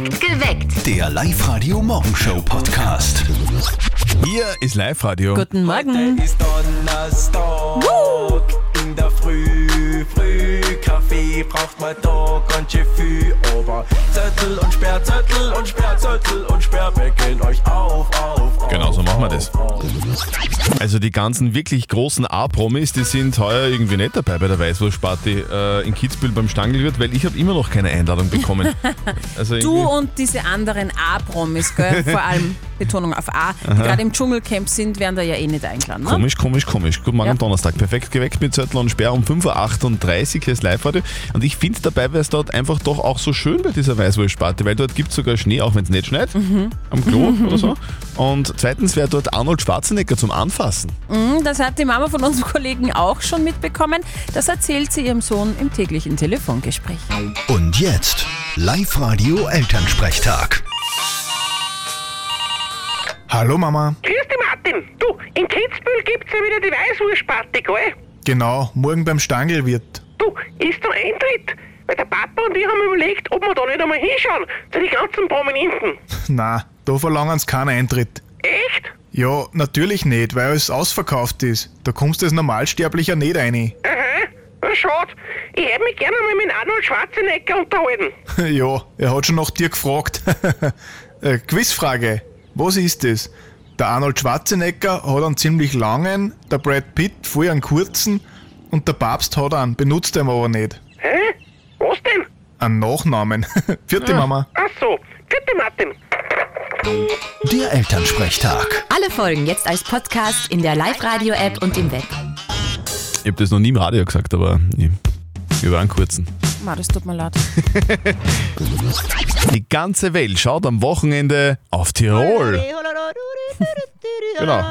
Geweckt. Der Live-Radio-Morgenshow-Podcast. Hier ist Live-Radio. Guten Morgen. Heute ist Donnerstag, in der Früh, Kaffee braucht man da ganz schön viel, aber Zettel und Sperr, Zettel und Sperr, Zettel und Sperr, weckeln euch auf. Genau so machen wir das. Also die ganzen wirklich großen A-Promis, die sind heuer irgendwie nicht dabei bei der Weißwurstparty in Kitzbühel beim Stangelwirt, weil ich habe immer noch keine Einladung bekommen. Also Du und diese anderen A-Promis, gell? Vor allem Betonung auf A, die gerade im Dschungelcamp sind, werden da ja eh nicht eingeladen. Ne? Komisch. Guten Morgen am Donnerstag. Perfekt geweckt mit Zettel und Sperr um 5.38 Uhr. Hier ist Live-Radio. Und ich finde, dabei wäre es dort einfach doch auch so schön bei dieser Weißwurstparty, weil dort gibt es sogar Schnee, auch wenn es nicht schneit, am Klo oder so. Und zweitens wäre dort Arnold Schwarzenegger zum Anfassen. Das hat die Mama von unserem Kollegen auch schon mitbekommen. Das erzählt sie ihrem Sohn im täglichen Telefongespräch. Und jetzt Live-Radio-Elternsprechtag. Hallo Mama. Grüß dich, Martin. Du, in Kitzbühel gibt's ja wieder die Weißwurstparty, gell? Genau, morgen beim Stangelwirt. Du, ist da Eintritt? Weil der Papa und ich haben überlegt, ob wir da nicht einmal hinschauen, zu den ganzen Prominenten. Na, da verlangen sie keinen Eintritt. Echt? Ja, natürlich nicht, weil es ausverkauft ist. Da kommst du als Normalsterblicher nicht rein. Aha, na schade. Ich hätte mich gerne mal mit Arnold Schwarzenegger unterhalten. Ja, er hat schon nach dir gefragt. Quizfrage. Was ist es? Der Arnold Schwarzenegger hat einen ziemlich langen, der Brad Pitt voll einen kurzen und der Papst hat einen, benutzt ihn aber nicht. Hä? Was denn? Einen Nachnamen. Vierte Mama. Ach so, bitte, Martin. Der Elternsprechtag. Alle Folgen jetzt als Podcast in der Live-Radio-App und im Web. Ich habe das noch nie im Radio gesagt, aber über einen kurzen. Das tut mir leid. Die ganze Welt schaut am Wochenende auf Tirol. Genau.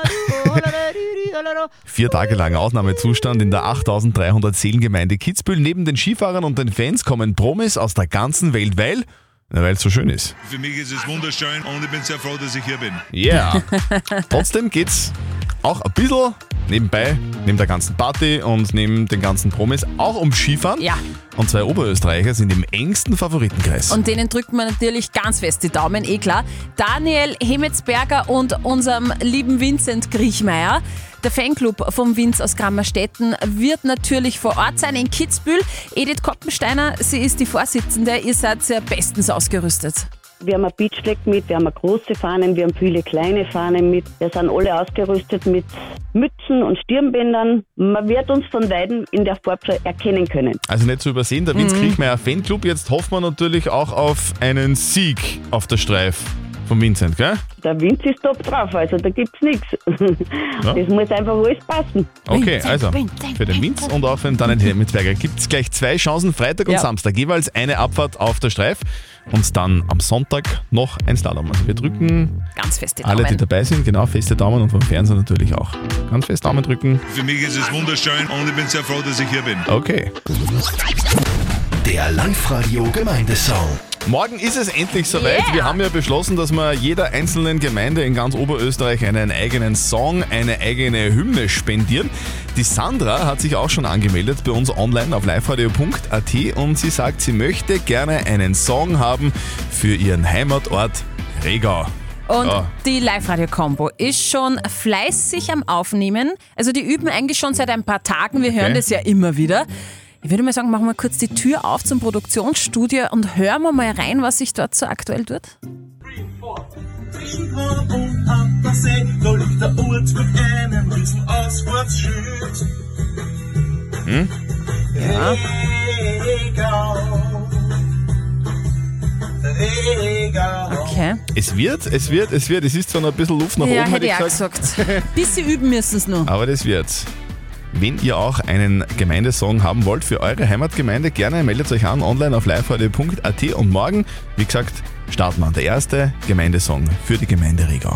4 Tage lang Ausnahmezustand in der 8300 Seelengemeinde Kitzbühel. Neben den Skifahrern und den Fans kommen Promis aus der ganzen Welt, weil es so schön ist. Für mich ist es wunderschön und ich bin sehr froh, dass ich hier bin. Yeah. Trotzdem geht's auch ein bisschen nebenbei, neben der ganzen Party und neben den ganzen Promis, auch ums Skifahren. Ja. Und 2 Oberösterreicher sind im engsten Favoritenkreis. Und denen drückt man natürlich ganz fest die Daumen, klar. Daniel Hemetsberger und unserem lieben Vincent Griechmeier. Der Fanclub vom Vinz aus Grammerstetten wird natürlich vor Ort sein in Kitzbühel. Edith Koppensteiner, sie ist die Vorsitzende. Ihr seid ja bestens ausgerüstet. Wir haben ein Beachflag mit, wir haben eine große Fahnen, wir haben viele kleine Fahnen mit. Wir sind alle ausgerüstet mit Mützen und Stirnbändern. Man wird uns von Weitem in der Farbe erkennen können. Also nicht zu übersehen, der Vinz Griechmeier Fanclub. Jetzt hoffen wir natürlich auch auf einen Sieg auf der Streif von Vincent, gell? Der Vince ist top drauf, also da gibt's nichts. Ja. Das muss einfach alles passen. Okay, Vincent, also Vincent, für den Vinz und auch für den Daniel Hemetsberger gibt es gleich 2 Chancen, Freitag und Samstag. Jeweils eine Abfahrt auf der Streif und dann am Sonntag noch ein Slalom. Also wir drücken Ganz fest die Daumen. alle, die dabei sind, genau, feste Daumen und vom Fernseher natürlich auch. Ganz fest Daumen drücken. Für mich ist es wunderschön und ich bin sehr froh, dass ich hier bin. Okay. Der Live-Radio-Gemeindesong. Morgen ist es endlich soweit. Wir haben ja beschlossen, dass wir jeder einzelnen Gemeinde in ganz Oberösterreich einen eigenen Song, eine eigene Hymne spendieren. Die Sandra hat sich auch schon angemeldet bei uns online auf liveradio.at und sie sagt, sie möchte gerne einen Song haben für ihren Heimatort Regau. Und die Live-Radio-Kombo ist schon fleißig am Aufnehmen. Also die üben eigentlich schon seit ein paar Tagen. Wir hören das ja immer wieder. Ich würde mal sagen, machen wir kurz die Tür auf zum Produktionsstudio und hören wir mal rein, was sich dort so aktuell tut. Ja. Okay. Es wird. Es ist zwar noch ein bisschen Luft nach oben, Hätte ich auch gesagt. gesagt. Bisschen üben müssen es noch. Aber das wird's. Wenn ihr auch einen Gemeindesong haben wollt für eure Heimatgemeinde, gerne meldet euch an online auf liveradio.at und morgen, wie gesagt, starten wir der erste Gemeindesong für die Gemeinde Regau.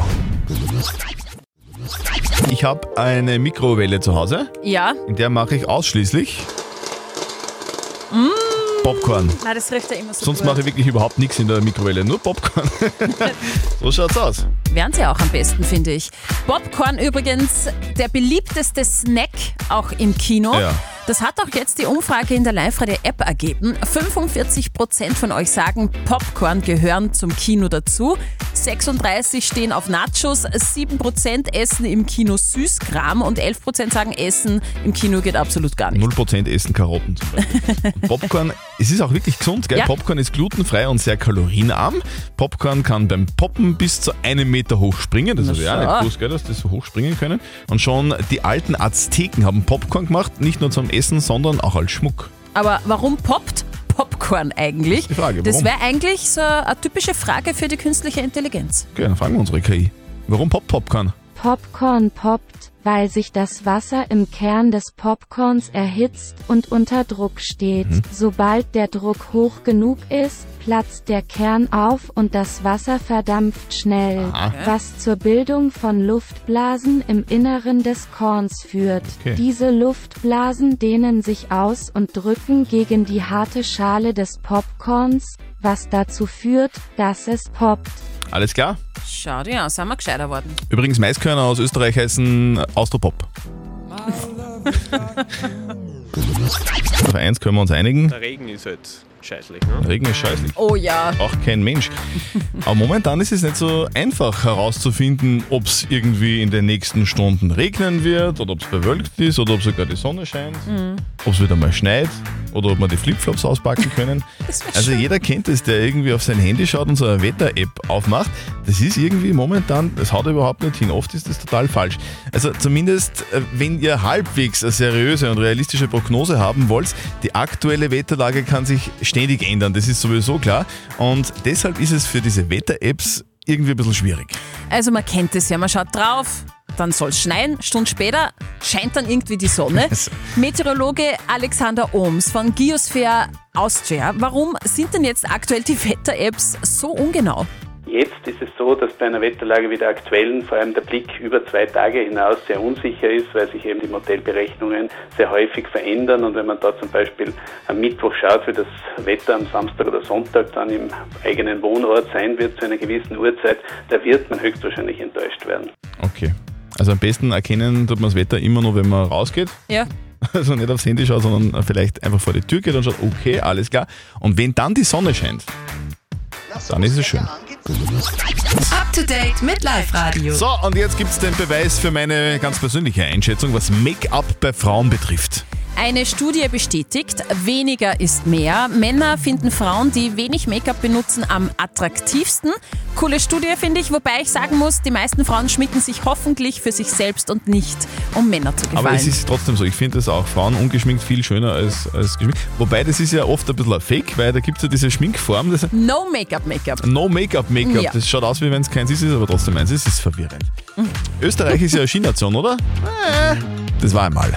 Ich habe eine Mikrowelle zu Hause, Ja. in der mache ich ausschließlich Popcorn. Nein, das riecht ja immer so Sonst gut. mache ich wirklich überhaupt nichts in der Mikrowelle, nur Popcorn. So schaut's aus. Wären sie auch am besten, finde ich. Popcorn übrigens der beliebteste Snack auch im Kino. Ja. Das hat auch jetzt die Umfrage in der Live-Radio-App ergeben. 45% von euch sagen, Popcorn gehören zum Kino dazu. 36% stehen auf Nachos, 7% essen im Kino Süßkram und 11% sagen, Essen im Kino geht absolut gar nicht. 0% essen Karotten zum Beispiel. Und Popcorn, es ist auch wirklich gesund, gell? Ja. Popcorn ist glutenfrei und sehr kalorienarm. Popcorn kann beim Poppen bis zu 1 Meter hoch springen. Das Na ist ja schau. nicht gewusst, gell, dass die so hoch springen können. Und schon die alten Azteken haben Popcorn gemacht, nicht nur zum Essen, sondern auch als Schmuck. Aber warum poppt Popcorn eigentlich? Das ist die Frage, Das warum? wäre eigentlich so eine typische Frage für die künstliche Intelligenz. Okay, dann fragen wir unsere KI. Warum poppt Popcorn? Popcorn poppt, weil sich das Wasser im Kern des Popcorns erhitzt und unter Druck steht. Sobald der Druck hoch genug ist, platzt der Kern auf und das Wasser verdampft schnell, was zur Bildung von Luftblasen im Inneren des Korns führt. Okay. Diese Luftblasen dehnen sich aus und drücken gegen die harte Schale des Popcorns, was dazu führt, dass es poppt. Alles klar? Schau dir an, sind wir gescheiter worden. Übrigens, Maiskörner aus Österreich heißen Austropop. Auf eins können wir uns einigen. Der Regen ist halt scheißlich, ne? Regen ist scheißlich. Oh ja. Auch kein Mensch. Aber momentan ist es nicht so einfach herauszufinden, ob es irgendwie in den nächsten Stunden regnen wird oder ob es bewölkt ist oder ob sogar die Sonne scheint, ob es wieder mal schneit oder ob wir die Flipflops auspacken können. Also jeder kennt es, der irgendwie auf sein Handy schaut und so eine Wetter-App aufmacht. Das ist irgendwie momentan, das haut überhaupt nicht hin. Oft ist das total falsch. Also zumindest, wenn ihr halbwegs eine seriöse und realistische Prognose haben wollt, die aktuelle Wetterlage kann sich ständig ändern. Das ist sowieso klar. Und deshalb ist es für diese Wetter-Apps irgendwie ein bisschen schwierig. Also man kennt es ja, man schaut drauf, dann soll es schneien, Stunden später scheint dann irgendwie die Sonne. Meteorologe Alexander Ohms von Geosphere Austria, warum sind denn jetzt aktuell die Wetter-Apps so ungenau? Jetzt ist es so, dass bei einer Wetterlage wie der aktuellen vor allem der Blick über 2 Tage hinaus sehr unsicher ist, weil sich eben die Modellberechnungen sehr häufig verändern. Und wenn man da zum Beispiel am Mittwoch schaut, wie das Wetter am Samstag oder Sonntag dann im eigenen Wohnort sein wird zu einer gewissen Uhrzeit, da wird man höchstwahrscheinlich enttäuscht werden. Okay. Also am besten erkennen tut man das Wetter immer nur, wenn man rausgeht. Ja. Also nicht aufs Handy schaut, sondern vielleicht einfach vor die Tür geht und schaut, okay, alles klar. Und wenn dann die Sonne scheint, dann ist es schön. Up to date mit Live-Radio. So, und jetzt gibt es den Beweis für meine ganz persönliche Einschätzung, was Make-up bei Frauen betrifft. Eine Studie bestätigt, weniger ist mehr. Männer finden Frauen, die wenig Make-up benutzen, am attraktivsten. Coole Studie, finde ich, wobei ich sagen muss, die meisten Frauen schminken sich hoffentlich für sich selbst und nicht, um Männer zu gefallen. Aber es ist trotzdem so, ich finde das auch, Frauen ungeschminkt viel schöner als geschminkt. Wobei, das ist ja oft ein bisschen ein Fake, weil da gibt es ja diese Schminkform. Das No Make-up. No Make-up. Ja. Das schaut aus, wie wenn es keins ist, ist aber trotzdem eins. Es ist verwirrend. Österreich ist ja eine Skination, oder? Das war einmal.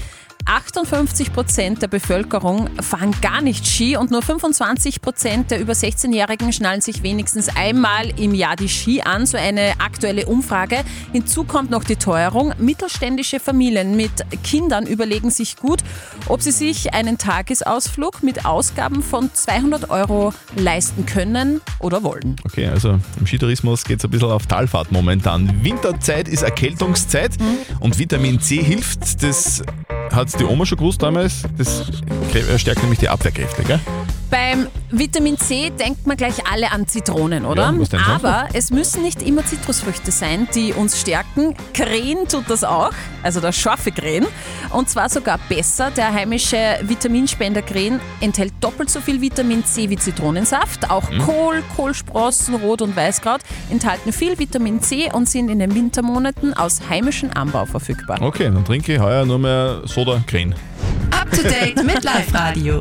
58% der Bevölkerung fahren gar nicht Ski und nur 25% der über 16-Jährigen schnallen sich wenigstens einmal im Jahr die Ski an, so eine aktuelle Umfrage. Hinzu kommt noch die Teuerung. Mittelständische Familien mit Kindern überlegen sich gut, ob sie sich einen Tagesausflug mit Ausgaben von 200 € leisten können oder wollen. Okay, also im Skitourismus geht es ein bisschen auf Talfahrt momentan. Winterzeit ist Erkältungszeit und Vitamin C hilft, das hat die Oma schon gewusst damals, das stärkt nämlich die Abwehrkräfte, gell? Beim Vitamin C denkt man gleich alle an Zitronen, oder? Ja, was denn sonst? Aber es müssen nicht immer Zitrusfrüchte sein, die uns stärken. Kren tut das auch, also der scharfe Kren. Und zwar sogar besser. Der heimische Vitaminspender Kren enthält doppelt so viel Vitamin C wie Zitronensaft. Auch Kohl, Kohlsprossen, Rot- und Weißkraut enthalten viel Vitamin C und sind in den Wintermonaten aus heimischem Anbau verfügbar. Okay, dann trinke ich heuer nur mehr Soda Kren. Up to date mit Live-Radio.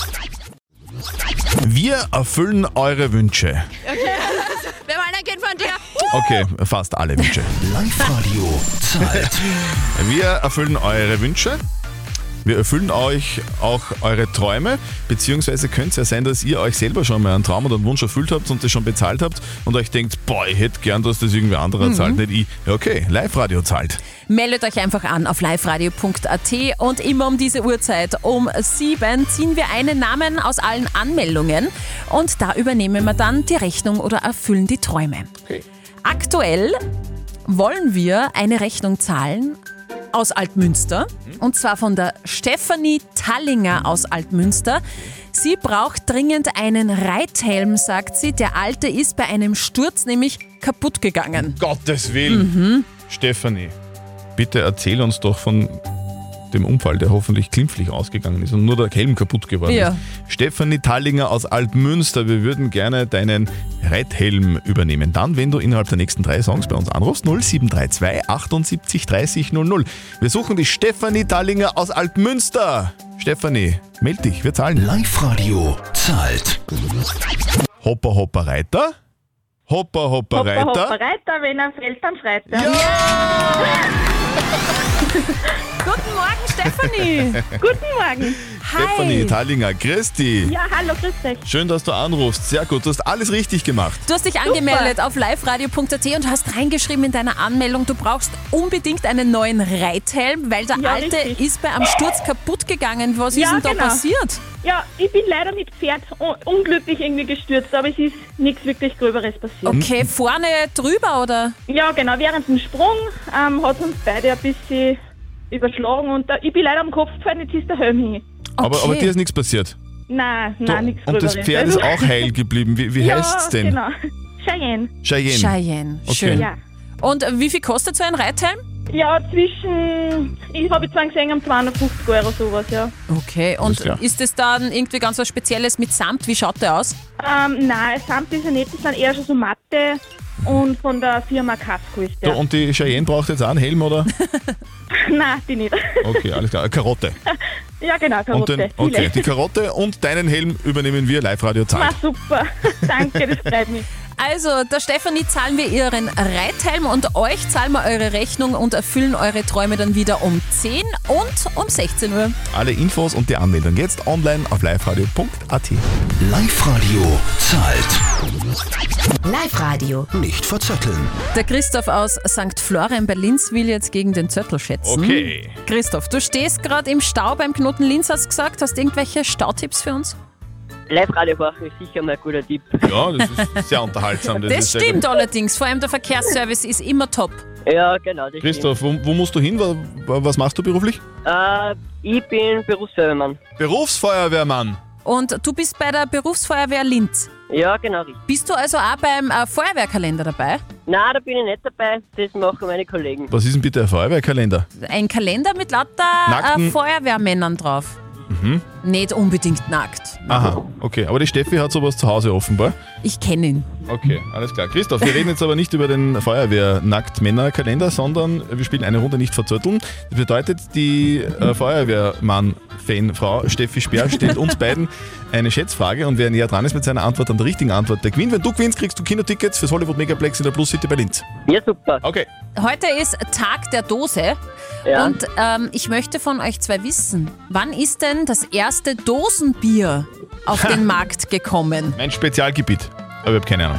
Wir erfüllen eure Wünsche. Okay. Wir wollen ein Kind von dir. Okay, fast alle Wünsche. Live-Radio Zeit. Wir erfüllen eure Wünsche. Wir erfüllen euch auch eure Träume, beziehungsweise könnte es ja sein, dass ihr euch selber schon mal einen Traum oder einen Wunsch erfüllt habt und das schon bezahlt habt und euch denkt, boah, ich hätte gern, dass das irgendwer anderer zahlt, nicht ich. Ja, okay, Live-Radio zahlt. Meldet euch einfach an auf liveradio.at und immer um diese Uhrzeit um 7 ziehen wir einen Namen aus allen Anmeldungen und da übernehmen wir dann die Rechnung oder erfüllen die Träume. Okay. Aktuell wollen wir eine Rechnung zahlen aus Altmünster und zwar von der Stefanie Tallinger aus Altmünster. Sie braucht dringend einen Reithelm, sagt sie. Der alte ist bei einem Sturz nämlich kaputt gegangen. Gottes Willen. Stefanie, bitte erzähl uns doch von dem Unfall, der hoffentlich glimpflich ausgegangen ist und nur der Helm kaputt geworden ist. Stefanie Tallinger aus Altmünster, wir würden gerne deinen Reithelm übernehmen. Dann, wenn du innerhalb der nächsten 3 Songs bei uns anrufst, 0732 78 30 00. Wir suchen die Stefanie Tallinger aus Altmünster. Stefanie, meld dich, wir zahlen. Live-Radio zahlt. Hoppa Hoppa Reiter. Hoppa Hoppa Reiter. Hoppa Reiter, wenn er fällt, dann schreit er. Guten Morgen, Stefanie. Guten Morgen. Hi. Stefanie Tallinger, grüß dich. Ja, hallo, grüß dich. Schön, dass du anrufst. Sehr gut, du hast alles richtig gemacht. Du hast dich angemeldet auf liveradio.at und hast reingeschrieben in deiner Anmeldung, du brauchst unbedingt einen neuen Reithelm, weil der alte ist bei einem Sturz kaputt gegangen. Was ist denn da passiert? Ja, ich bin leider mit Pferd unglücklich irgendwie gestürzt, aber es ist nichts wirklich Gröberes passiert. Okay, vorne drüber, oder? Ja, genau, während dem Sprung hat uns beide ein bisschen überschlagen und ich bin leider am Kopf gefallen, jetzt ist der Helm hin. Aber dir ist nichts passiert? Nein, nichts Gröberes. Und das Pferd ist auch heil geblieben. Wie heißt es denn? Genau, Cheyenne. Cheyenne, schön. Okay. Ja. Und wie viel kostet so ein Reithelm? Ja, ich habe zwar gesehen, um 250 € sowas, ja. Okay, und ist das dann irgendwie ganz was Spezielles mit Samt? Wie schaut der aus? Nein, Samt ist ja nicht, das sind eher schon so Matte und von der Firma Casco ist der. Und die Cheyenne braucht jetzt auch einen Helm, oder? Nein, die nicht. Okay, alles klar. Eine Karotte. Ja, genau, Karotte. Okay, die Karotte und deinen Helm übernehmen wir, Live-Radio zahlt. Super, danke, das freut mich. Also, der Stefanie zahlen wir ihren Reithelm und euch zahlen wir eure Rechnung und erfüllen eure Träume dann wieder um 10 und um 16 Uhr. Alle Infos und die Anmeldung jetzt online auf liveradio.at. Live-Radio zahlt. Live-Radio. Nicht verzetteln. Der Christoph aus St. Florian bei Linz will jetzt gegen den Zöttl schätzen. Okay. Christoph, du stehst gerade im Stau beim Knoten Linz, hast gesagt. Hast du irgendwelche Stautipps für uns? Live-Radio machen ist sicher mal ein guter Tipp. Ja, das ist sehr unterhaltsam. Das stimmt allerdings. Vor allem der Verkehrsservice ist immer top. Ja, genau. Das Christoph, wo musst du hin? Was machst du beruflich? Ich bin Berufsfeuerwehrmann. Berufsfeuerwehrmann? Und du bist bei der Berufsfeuerwehr Linz? Ja, genau. Bist du also auch beim Feuerwehrkalender dabei? Nein, da bin ich nicht dabei. Das machen meine Kollegen. Was ist denn bitte ein Feuerwehrkalender? Ein Kalender mit lauter Feuerwehrmännern drauf. Mhm. Nicht unbedingt nackt. Aha, okay. Aber die Steffi hat sowas zu Hause offenbar. Ich kenne ihn. Okay, alles klar. Christoph, wir reden jetzt aber nicht über den Feuerwehr-Nackt-Männer-Kalender, sondern wir spielen eine Runde nicht verzötteln. Das bedeutet, die Feuerwehrmann-Fan-Frau Steffi Speer stellt uns beiden eine Schätzfrage und wer näher dran ist mit seiner Antwort an der richtigen Antwort, der gewinnt. Wenn du gewinnst, kriegst du Kinotickets fürs Hollywood Megaplex in der Plus City bei Linz. Ja, super. Okay. Heute ist Tag der Dose. Ja. Und ich möchte von euch zwei wissen, wann ist denn das erste Dosenbier auf den Markt gekommen? Mein Spezialgebiet. Aber ich habe keine Ahnung.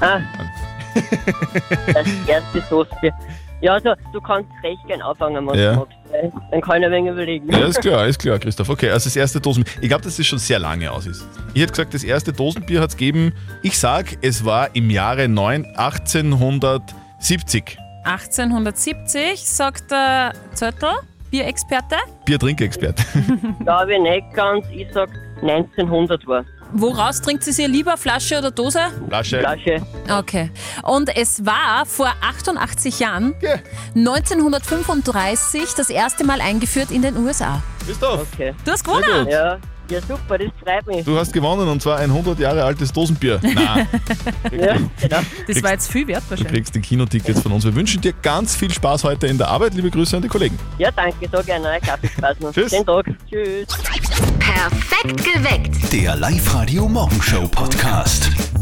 Das erste Dosenbier. Ja, also du kannst recht gern anfangen, was du magst. Dann kann ich ein wenig überlegen. Ja, ist klar, Christoph. Okay, also das erste Dosenbier. Ich glaube, dass das schon sehr lange aus ist. Ich hätte gesagt, das erste Dosenbier hat es gegeben, ich sag, es war im Jahre 1870. 1870, sagt der Zöttl, Bierexperte. Biertrinkexperte. Glaube ich nicht ganz. Ich sag 1900 war. Woraus trinkt sie lieber, Flasche oder Dose? Flasche. Okay. Und es war vor 88 Jahren, 1935, das erste Mal eingeführt in den USA. Christoph. Okay. Du hast gewonnen. Ja, super, das freut mich. Du hast gewonnen und zwar ein 100 Jahre altes Dosenbier. Nein. Ja, genau. Das war jetzt viel wert Du wahrscheinlich. kriegst die Kinotickets von uns. Wir wünschen dir ganz viel Spaß heute in der Arbeit. Liebe Grüße an die Kollegen. Ja, danke, so gerne. Kaffee Spaß noch. Tschüss. Schönen Tag. Tschüss. Perfekt geweckt. Der Live-Radio Morgenshow Podcast.